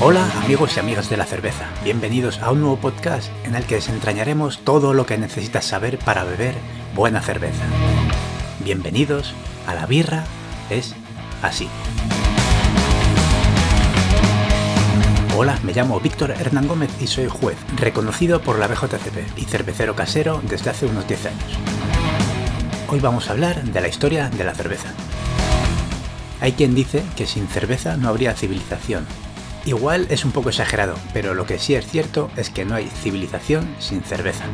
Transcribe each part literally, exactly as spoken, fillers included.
Hola amigos y amigas de la cerveza, bienvenidos a un nuevo podcast en el que desentrañaremos todo lo que necesitas saber para beber buena cerveza. Bienvenidos a La Birra es Así. Hola, me llamo Víctor Hernán Gómez y soy juez, reconocido por la B J C P y cervecero casero desde hace unos diez años. Hoy vamos a hablar de la historia de la cerveza. Hay quien dice que sin cerveza no habría civilización. Igual es un poco exagerado, pero lo que sí es cierto es que no hay civilización sin cerveza.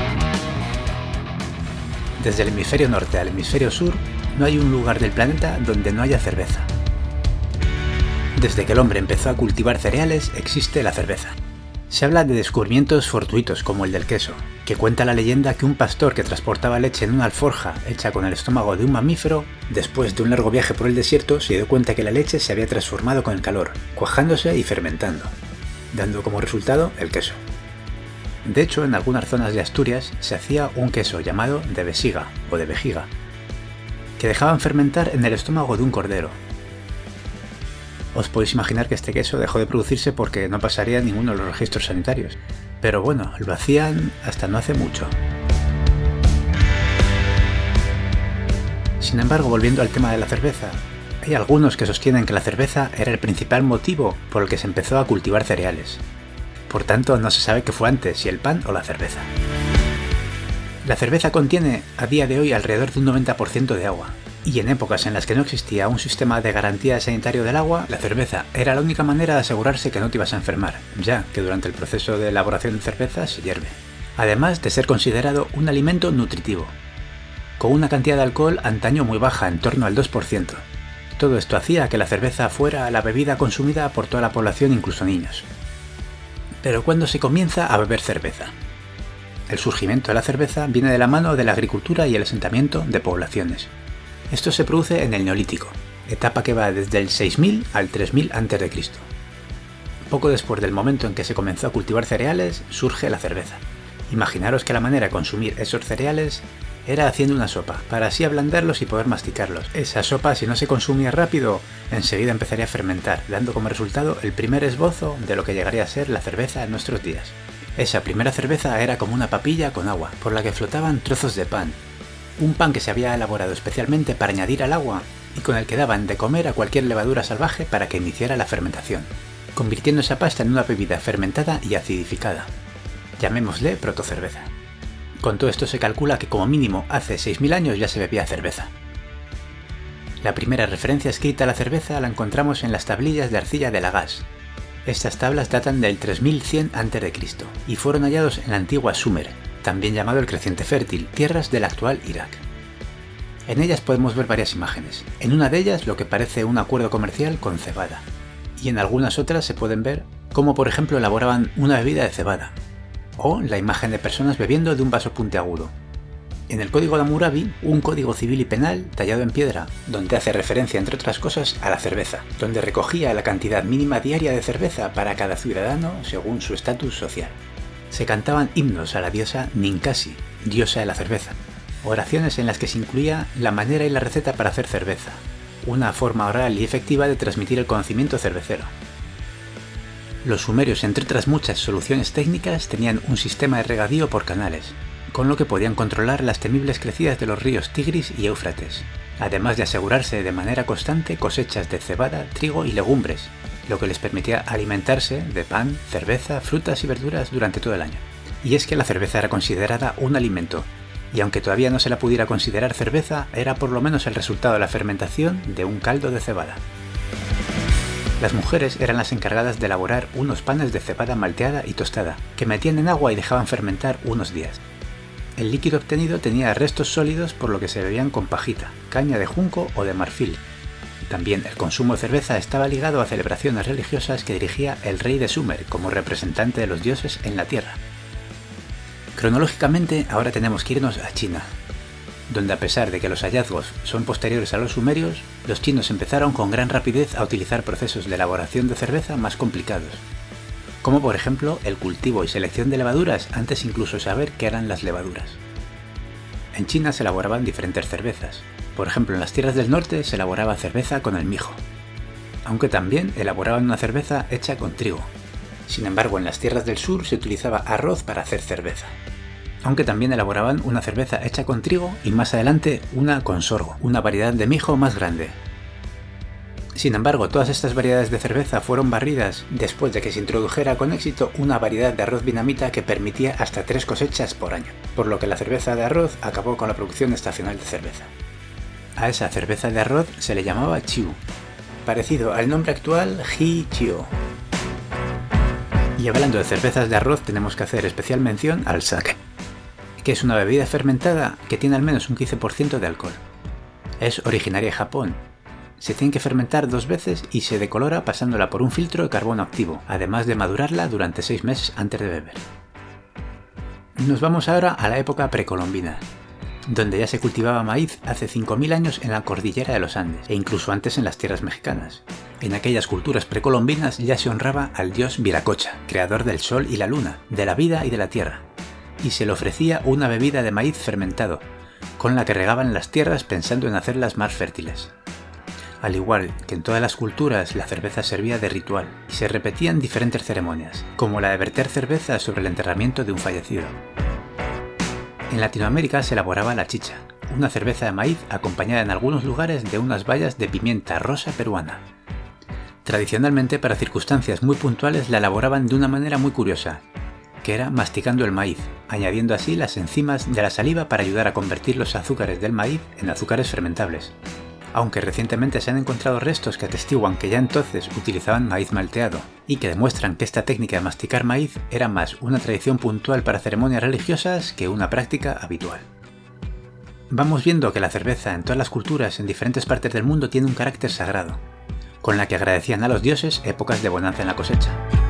Desde el hemisferio norte al hemisferio sur, no hay un lugar del planeta donde no haya cerveza. Desde que el hombre empezó a cultivar cereales, existe la cerveza. Se habla de descubrimientos fortuitos como el del queso, que cuenta la leyenda que un pastor que transportaba leche en una alforja hecha con el estómago de un mamífero, después de un largo viaje por el desierto se dio cuenta que la leche se había transformado con el calor, cuajándose y fermentando, dando como resultado el queso. De hecho, en algunas zonas de Asturias se hacía un queso llamado de vesiga o de vejiga, que dejaban fermentar en el estómago de un cordero. Os podéis imaginar que este queso dejó de producirse porque no pasaría ninguno de los registros sanitarios. Pero bueno, lo hacían hasta no hace mucho. Sin embargo, volviendo al tema de la cerveza, hay algunos que sostienen que la cerveza era el principal motivo por el que se empezó a cultivar cereales. Por tanto, no se sabe qué fue antes, si el pan o la cerveza. La cerveza contiene a día de hoy alrededor de un noventa por ciento de agua. Y en épocas en las que no existía un sistema de garantía sanitario del agua, la cerveza era la única manera de asegurarse que no te ibas a enfermar, ya que durante el proceso de elaboración de cerveza se hierve. Además de ser considerado un alimento nutritivo, con una cantidad de alcohol antaño muy baja, en torno al dos por ciento. Todo esto hacía que la cerveza fuera la bebida consumida por toda la población, incluso niños. Pero ¿cuándo se comienza a beber cerveza? El surgimiento de la cerveza viene de la mano de la agricultura y el asentamiento de poblaciones. Esto se produce en el Neolítico, etapa que va desde el seis mil al tres mil antes de Cristo. Poco después del momento en que se comenzó a cultivar cereales, surge la cerveza. Imaginaros que la manera de consumir esos cereales era haciendo una sopa, para así ablandarlos y poder masticarlos. Esa sopa, si no se consumía rápido, enseguida empezaría a fermentar, dando como resultado el primer esbozo de lo que llegaría a ser la cerveza en nuestros días. Esa primera cerveza era como una papilla con agua, por la que flotaban trozos de pan. Un pan que se había elaborado especialmente para añadir al agua y con el que daban de comer a cualquier levadura salvaje para que iniciara la fermentación, convirtiendo esa pasta en una bebida fermentada y acidificada. Llamémosle protocerveza. Con todo esto se calcula que como mínimo hace seis mil años ya se bebía cerveza. La primera referencia escrita a la cerveza la encontramos en las tablillas de arcilla de Lagash. Estas tablas datan del tres mil cien antes de Cristo y fueron hallados en la antigua Sumer, también llamado el Creciente Fértil, tierras del actual Irak. En ellas podemos ver varias imágenes. En una de ellas lo que parece un acuerdo comercial con cebada, y en algunas otras se pueden ver cómo por ejemplo elaboraban una bebida de cebada, o la imagen de personas bebiendo de un vaso puntiagudo. En el Código de Hammurabi, un código civil y penal tallado en piedra, donde hace referencia entre otras cosas a la cerveza, donde recogía la cantidad mínima diaria de cerveza para cada ciudadano según su estatus social. Se cantaban himnos a la diosa Ninkasi, diosa de la cerveza, oraciones en las que se incluía la manera y la receta para hacer cerveza, una forma oral y efectiva de transmitir el conocimiento cervecero. Los sumerios, entre otras muchas soluciones técnicas, tenían un sistema de regadío por canales, con lo que podían controlar las temibles crecidas de los ríos Tigris y Éufrates, además de asegurarse de manera constante cosechas de cebada, trigo y legumbres, lo que les permitía alimentarse de pan, cerveza, frutas y verduras durante todo el año. Y es que la cerveza era considerada un alimento, y aunque todavía no se la pudiera considerar cerveza, era por lo menos el resultado de la fermentación de un caldo de cebada. Las mujeres eran las encargadas de elaborar unos panes de cebada malteada y tostada, que metían en agua y dejaban fermentar unos días. El líquido obtenido tenía restos sólidos por lo que se bebían con pajita, caña de junco o de marfil. También el consumo de cerveza estaba ligado a celebraciones religiosas que dirigía el rey de Sumer como representante de los dioses en la tierra. Cronológicamente, ahora tenemos que irnos a China, donde a pesar de que los hallazgos son posteriores a los sumerios, los chinos empezaron con gran rapidez a utilizar procesos de elaboración de cerveza más complicados, como por ejemplo el cultivo y selección de levaduras antes incluso de saber qué eran las levaduras. En China se elaboraban diferentes cervezas. Por ejemplo, en las tierras del norte se elaboraba cerveza con el mijo. aunque también elaboraban una cerveza hecha con trigo. Sin embargo, en las tierras del sur se utilizaba arroz para hacer cerveza. Aunque también elaboraban una cerveza hecha con trigo y más adelante una con sorgo, una variedad de mijo más grande. Sin embargo, todas estas variedades de cerveza fueron barridas después de que se introdujera con éxito una variedad de arroz vietnamita que permitía hasta tres cosechas por año, por lo que la cerveza de arroz acabó con la producción estacional de cerveza. A esa cerveza de arroz se le llamaba chiu, parecido al nombre actual Hi Chio. Y hablando de cervezas de arroz, tenemos que hacer especial mención al sake, que es una bebida fermentada que tiene al menos un quince por ciento de alcohol. Es originaria de Japón. Se tiene que fermentar dos veces y se decolora pasándola por un filtro de carbono activo, además de madurarla durante seis meses antes de beber. Nos vamos ahora a la época precolombina, donde ya se cultivaba maíz hace cinco mil años en la cordillera de los Andes, e incluso antes en las tierras mexicanas. En aquellas culturas precolombinas ya se honraba al dios Viracocha, creador del sol y la luna, de la vida y de la tierra, y se le ofrecía una bebida de maíz fermentado, con la que regaban las tierras pensando en hacerlas más fértiles. Al igual que en todas las culturas, la cerveza servía de ritual, y se repetían diferentes ceremonias, como la de verter cerveza sobre el enterramiento de un fallecido. En Latinoamérica se elaboraba la chicha, una cerveza de maíz acompañada en algunos lugares de unas bayas de pimienta rosa peruana. Tradicionalmente, para circunstancias muy puntuales, la elaboraban de una manera muy curiosa, que era masticando el maíz, añadiendo así las enzimas de la saliva para ayudar a convertir los azúcares del maíz en azúcares fermentables. Aunque recientemente se han encontrado restos que atestiguan que ya entonces utilizaban maíz malteado, y que demuestran que esta técnica de masticar maíz era más una tradición puntual para ceremonias religiosas que una práctica habitual. Vamos viendo que la cerveza en todas las culturas en diferentes partes del mundo tiene un carácter sagrado, con la que agradecían a los dioses épocas de bonanza en la cosecha.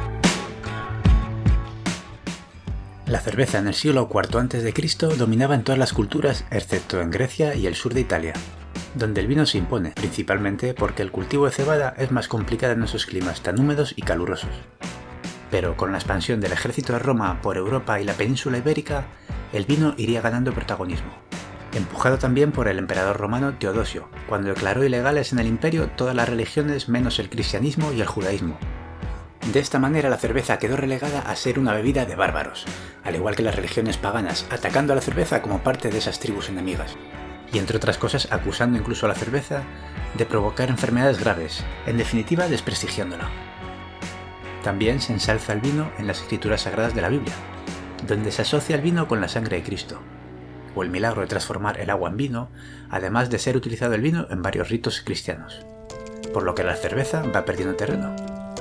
La cerveza en el siglo cuarto antes de Cristo dominaba en todas las culturas excepto en Grecia y el sur de Italia, donde el vino se impone, principalmente porque el cultivo de cebada es más complicado en esos climas tan húmedos y calurosos. Pero con la expansión del ejército de Roma por Europa y la península ibérica, el vino iría ganando protagonismo, empujado también por el emperador romano Teodosio, cuando declaró ilegales en el imperio todas las religiones menos el cristianismo y el judaísmo. De esta manera la cerveza quedó relegada a ser una bebida de bárbaros, al igual que las religiones paganas, atacando a la cerveza como parte de esas tribus enemigas. Y entre otras cosas acusando incluso a la cerveza de provocar enfermedades graves, en definitiva desprestigiándola. También se ensalza el vino en las escrituras sagradas de la Biblia, donde se asocia el vino con la sangre de Cristo, o el milagro de transformar el agua en vino, además de ser utilizado el vino en varios ritos cristianos, por lo que la cerveza va perdiendo terreno.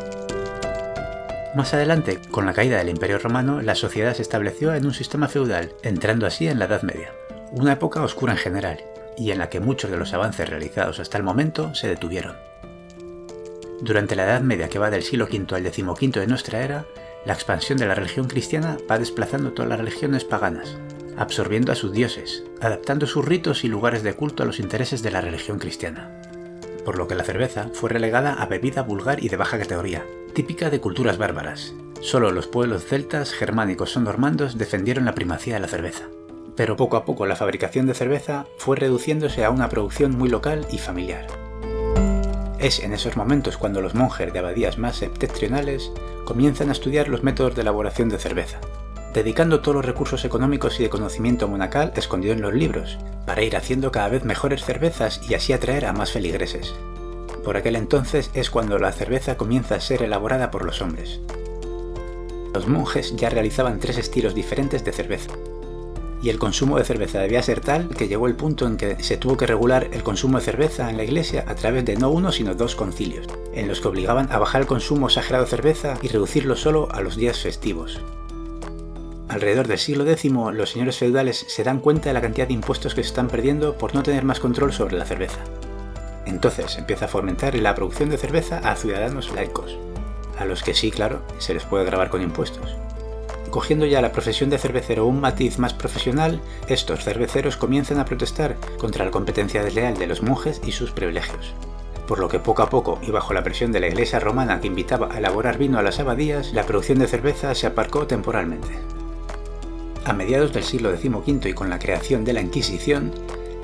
Más adelante, con la caída del Imperio Romano, la sociedad se estableció en un sistema feudal, entrando así en la Edad Media. Una época oscura en general, y en la que muchos de los avances realizados hasta el momento se detuvieron. Durante la Edad Media, que va del siglo quinto al decimoquinto de nuestra era, la expansión de la religión cristiana va desplazando todas las religiones paganas, absorbiendo a sus dioses, adaptando sus ritos y lugares de culto a los intereses de la religión cristiana. Por lo que la cerveza fue relegada a bebida vulgar y de baja categoría, típica de culturas bárbaras. Solo los pueblos celtas, germánicos o normandos defendieron la primacía de la cerveza. Pero poco a poco la fabricación de cerveza fue reduciéndose a una producción muy local y familiar. Es en esos momentos cuando los monjes de abadías más septentrionales comienzan a estudiar los métodos de elaboración de cerveza, dedicando todos los recursos económicos y de conocimiento monacal escondido en los libros, para ir haciendo cada vez mejores cervezas y así atraer a más feligreses. Por aquel entonces es cuando la cerveza comienza a ser elaborada por los hombres. Los monjes ya realizaban tres estilos diferentes de cerveza, y el consumo de cerveza debía ser tal que llegó el punto en que se tuvo que regular el consumo de cerveza en la iglesia a través de no uno sino dos concilios, en los que obligaban a bajar el consumo exagerado de cerveza y reducirlo solo a los días festivos. Alrededor del siglo décimo, los señores feudales se dan cuenta de la cantidad de impuestos que se están perdiendo por no tener más control sobre la cerveza. Entonces empieza a fomentar la producción de cerveza a ciudadanos laicos, a los que sí, claro, se les puede gravar con impuestos. Cogiendo ya la profesión de cervecero un matiz más profesional, estos cerveceros comienzan a protestar contra la competencia desleal de los monjes y sus privilegios. Por lo que poco a poco, y bajo la presión de la iglesia romana que invitaba a elaborar vino a las abadías, la producción de cerveza se aparcó temporalmente. A mediados del siglo decimoquinto y con la creación de la Inquisición,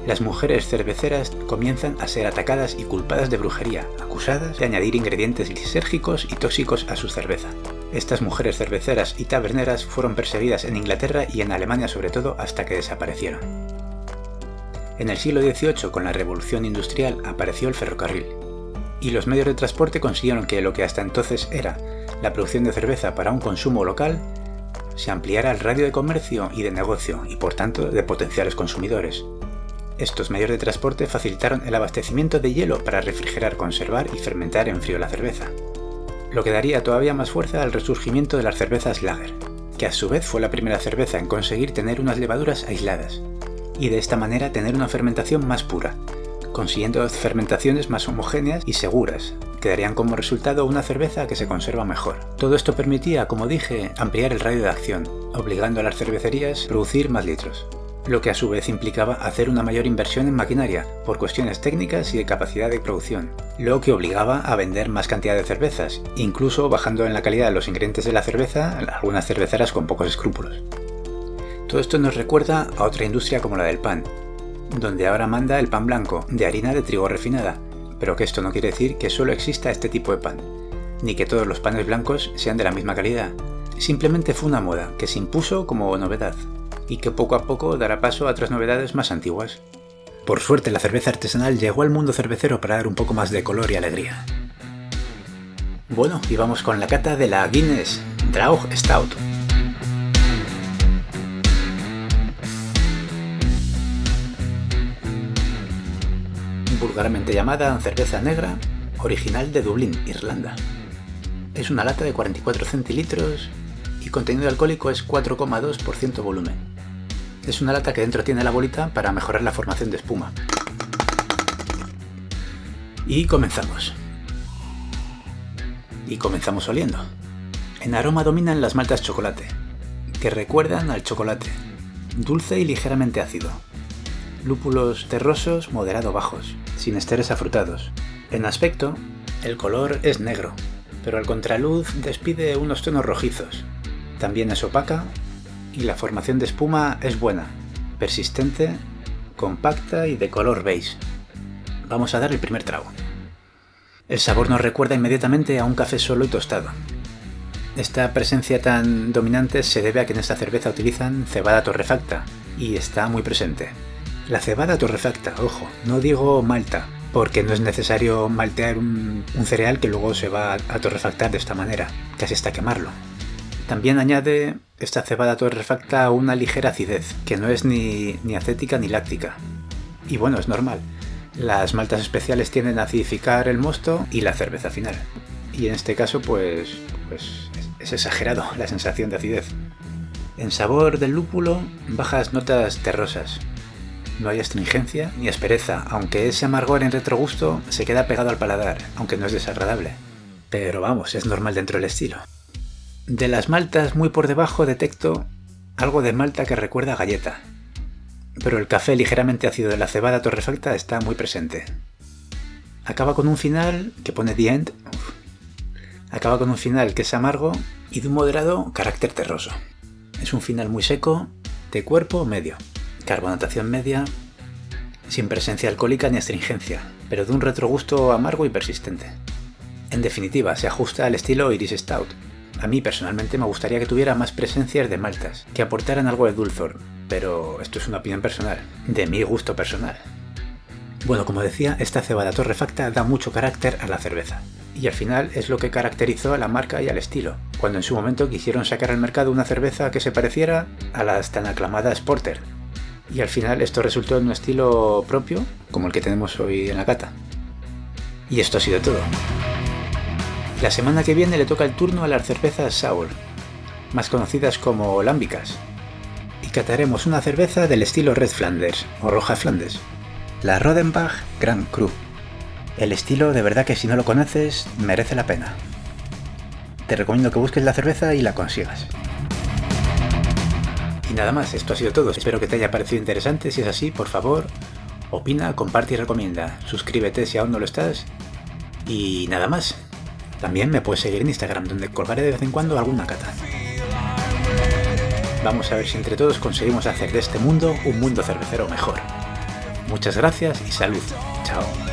las mujeres cerveceras comienzan a ser atacadas y culpadas de brujería, acusadas de añadir ingredientes lisérgicos y tóxicos a su cerveza. Estas mujeres cerveceras y taberneras fueron perseguidas en Inglaterra y en Alemania sobre todo hasta que desaparecieron. En el siglo dieciocho, con la revolución industrial, apareció el ferrocarril, y los medios de transporte consiguieron que lo que hasta entonces era la producción de cerveza para un consumo local se ampliara el radio de comercio y de negocio y por tanto de potenciales consumidores. Estos medios de transporte facilitaron el abastecimiento de hielo para refrigerar, conservar y fermentar en frío la cerveza, lo que daría todavía más fuerza al resurgimiento de las cervezas lager, que a su vez fue la primera cerveza en conseguir tener unas levaduras aisladas, y de esta manera tener una fermentación más pura, consiguiendo fermentaciones más homogéneas y seguras, que darían como resultado una cerveza que se conserva mejor. Todo esto permitía, como dije, ampliar el radio de acción, obligando a las cervecerías a producir más litros, lo que a su vez implicaba hacer una mayor inversión en maquinaria, por cuestiones técnicas y de capacidad de producción, lo que obligaba a vender más cantidad de cervezas, incluso bajando en la calidad de los ingredientes de la cerveza algunas cerveceras con pocos escrúpulos. Todo esto nos recuerda a otra industria como la del pan, donde ahora manda el pan blanco, de harina de trigo refinada, pero que esto no quiere decir que solo exista este tipo de pan, ni que todos los panes blancos sean de la misma calidad. Simplemente fue una moda que se impuso como novedad, y que poco a poco dará paso a otras novedades más antiguas. Por suerte la cerveza artesanal llegó al mundo cervecero para dar un poco más de color y alegría. Bueno, y vamos con la cata de la Guinness Draught Stout. Vulgarmente llamada cerveza negra, original de Dublín, Irlanda. Es una lata de cuarenta y cuatro centilitros y contenido alcohólico es cuatro coma dos por ciento volumen. Es una lata que dentro tiene la bolita para mejorar la formación de espuma. Y comenzamos. Y comenzamos oliendo. En aroma dominan las maltas chocolate, que recuerdan al chocolate, dulce y ligeramente ácido. Lúpulos terrosos moderado bajos, sin esteres afrutados. En aspecto, el color es negro, pero al contraluz despide unos tonos rojizos. También es opaca y la formación de espuma es buena, persistente, compacta y de color beige. Vamos a dar el primer trago. El sabor nos recuerda inmediatamente a un café solo y tostado. Esta presencia tan dominante se debe a que en esta cerveza utilizan cebada torrefacta y está muy presente. La cebada torrefacta, ojo, no digo malta, porque no es necesario maltear un, un cereal que luego se va a, a torrefactar de esta manera, casi hasta quemarlo. También añade esta cebada torrefacta una ligera acidez, que no es ni, ni acética ni láctica. Y bueno, es normal. Las maltas especiales tienden a acidificar el mosto y la cerveza final. Y en este caso, pues, pues es, es exagerado la sensación de acidez. En sabor del lúpulo, bajas notas terrosas. No hay astringencia ni aspereza, aunque ese amargor en retrogusto se queda pegado al paladar, aunque no es desagradable. Pero vamos, es normal dentro del estilo. De las maltas muy por debajo detecto algo de malta que recuerda a galleta, pero el café ligeramente ácido de la cebada torrefacta está muy presente. Acaba con un final que pone The End, uf, acaba con un final que es amargo y de un moderado carácter terroso. Es un final muy seco, de cuerpo medio, carbonatación media, sin presencia alcohólica ni astringencia, pero de un retrogusto amargo y persistente. En definitiva, se ajusta al estilo Irish Stout. A mí personalmente me gustaría que tuviera más presencias de maltas, que aportaran algo de dulzor, pero esto es una opinión personal, de mi gusto personal. Bueno, como decía, esta cebada torrefacta da mucho carácter a la cerveza, y al final es lo que caracterizó a la marca y al estilo, cuando en su momento quisieron sacar al mercado una cerveza que se pareciera a las tan aclamadas Porter, y al final esto resultó en un estilo propio, como el que tenemos hoy en la cata. Y esto ha sido todo. La semana que viene le toca el turno a las cervezas sour, más conocidas como lámbicas, y cataremos una cerveza del estilo Red Flanders o Roja Flandes, la Rodenbach Grand Cru. El estilo, de verdad que si no lo conoces, merece la pena. Te recomiendo que busques la cerveza y la consigas. Y nada más, esto ha sido todo. Espero que te haya parecido interesante. Si es así, por favor, opina, comparte y recomienda. Suscríbete si aún no lo estás. Y nada más. También me puedes seguir en Instagram, donde colgaré de vez en cuando alguna cata. Vamos a ver si entre todos conseguimos hacer de este mundo un mundo cervecero mejor. Muchas gracias y salud. Chao.